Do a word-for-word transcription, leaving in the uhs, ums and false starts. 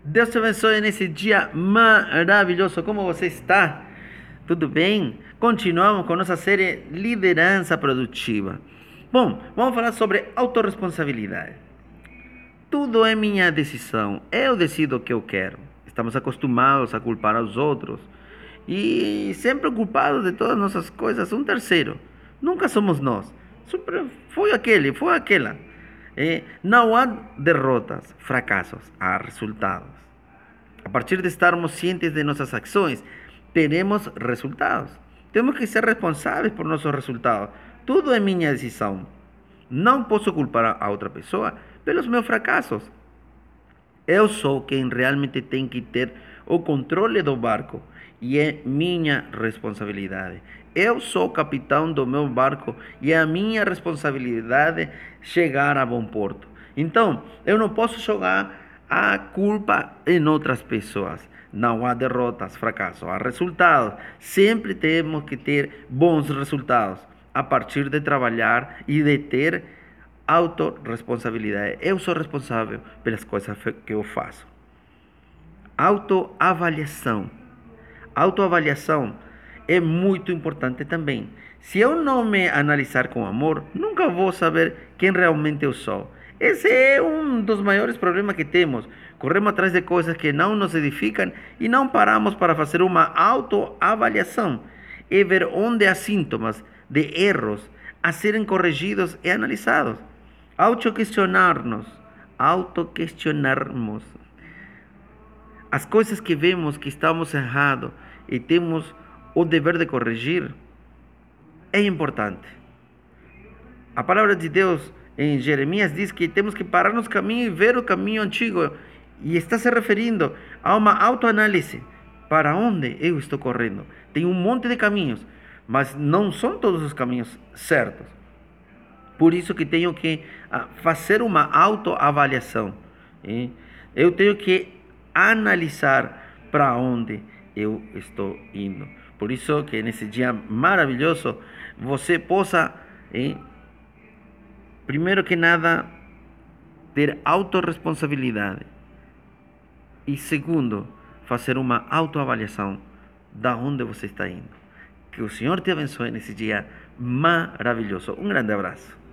Deus te abençoe nesse dia maravilhoso. Como você está? Tudo bem? Continuamos com nossa série Liderança Produtiva. Bom, vamos falar sobre autorresponsabilidade. Tudo é minha decisão. Eu decido o que eu quero. Estamos acostumados a culpar aos outros e sempre culpados de todas nossas coisas um terceiro. Nunca somos nós. Sempre foi aquele, foi aquela. Eh, não há derrotas, fracassos, há resultados. A partir de estarmos cientes de nossas ações, teremos resultados. Temos que ser responsáveis por nossos resultados. Tudo é minha decisão. Não posso culpar a outra pessoa pelos meus fracassos. Eu sou quem realmente tem que ter o controle do barco e é minha responsabilidade. Eu sou o capitão do meu barco e é a minha responsabilidade chegar a bom porto. Então, eu não posso jogar a culpa em outras pessoas. Não há derrotas, fracassos, há resultados. Sempre temos que ter bons resultados a partir de trabalhar e de ter autorresponsabilidade. Eu sou responsável pelas coisas que eu faço. Autoavaliação. Autoavaliação é muito importante também. Se eu não me analisar com amor, nunca vou saber quem realmente eu sou. Esse é um dos maiores problemas que temos. Corremos atrás de coisas que não nos edificam e não paramos para fazer uma autoavaliação e ver onde há sintomas de erros a serem corrigidos e analisados. Autoquestionar-nos, autoquestionarmos as coisas que vemos que estamos errados e temos o dever de corrigir é importante. A palavra de Deus em Jeremias diz que temos que parar nos caminhos e ver o caminho antigo e está se referindo a uma autoanálise. Para onde eu estou correndo? Tem um monte de caminhos, mas não são todos os caminhos certos. Por isso que tenho que fazer uma autoavaliação. Eu tenho que analisar para onde eu estou indo. Por isso que nesse dia maravilhoso você possa, eh, primeiro que nada, ter autorresponsabilidade. E segundo, fazer uma autoavaliação da onde você está indo. Que o Senhor te abençoe nesse dia maravilhoso. Um grande abraço.